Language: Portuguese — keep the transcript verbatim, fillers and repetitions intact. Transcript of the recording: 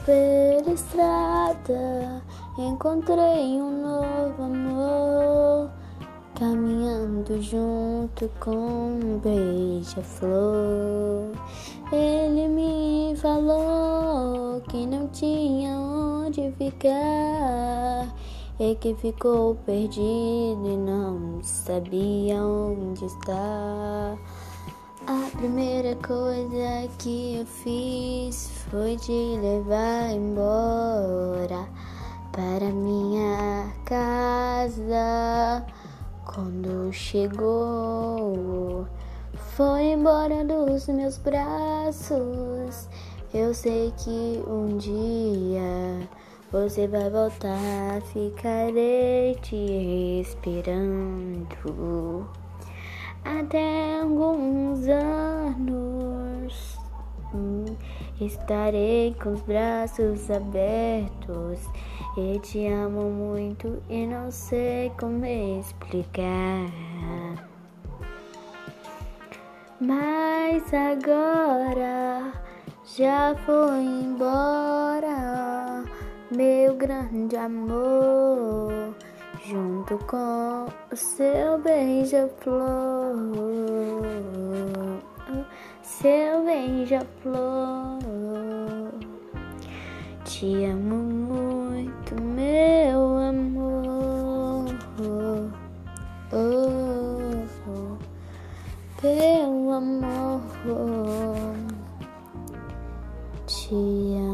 pela estrada encontrei um novo amor, caminhando junto com um beija-flor. Ele me falou que não tinha onde ficar e que ficou perdido e não sabia onde estar. A primeira coisa que eu fiz foi te levar embora para minha casa. Quando chegou, foi embora dos meus braços. Eu sei que um dia você vai voltar, ficarei te esperando. Até alguns anos estarei com os braços abertos. E te amo muito e não sei como explicar. Mas agora já foi embora meu grande amor, junto com o seu beija-flor, seu beija-flor. Te amo muito, meu amor, oh, oh, meu amor, te amo.